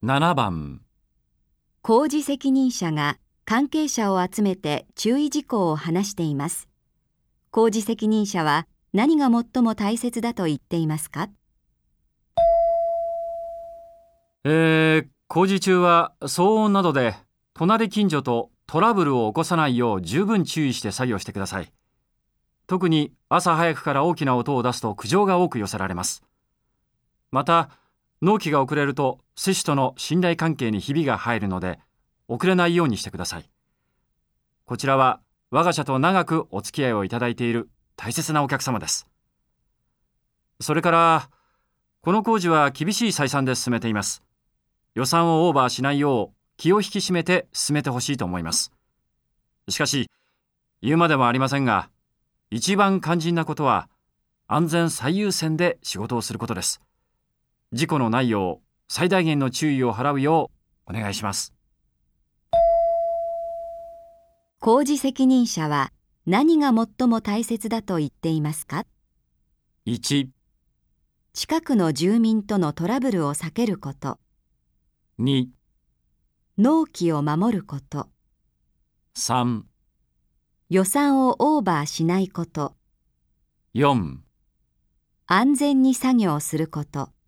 7番、 工事責任者が関係者を集めて注意事項を話しています。工事責任者は何が最も大切だと言っていますか？ 工事中は騒音などで隣近所とトラブルを起こさないよう十分注意して作業してください。特に朝早くから大きな音を出すと苦情が多く寄せられます。また、納期が遅れると施主との信頼関係にひびが入るので、遅れないようにしてください。こちらは我が社と長くお付き合いをいただいている大切なお客様です。それから、この工事は厳しい採算で進めています。予算をオーバーしないよう気を引き締めて進めてほしいと思います。しかし、言うまでもありませんが、一番肝心なことは安全最優先で仕事をすることです。事故のないよう最大限の注意を払うようお願いします。 工事責任者は何が最も大切だと言っていますか？ 1、 近くの住民とのトラブルを避けること、 2、 納期を守ること、 3、 予算をオーバーしないこと、 4 安全に作業すること。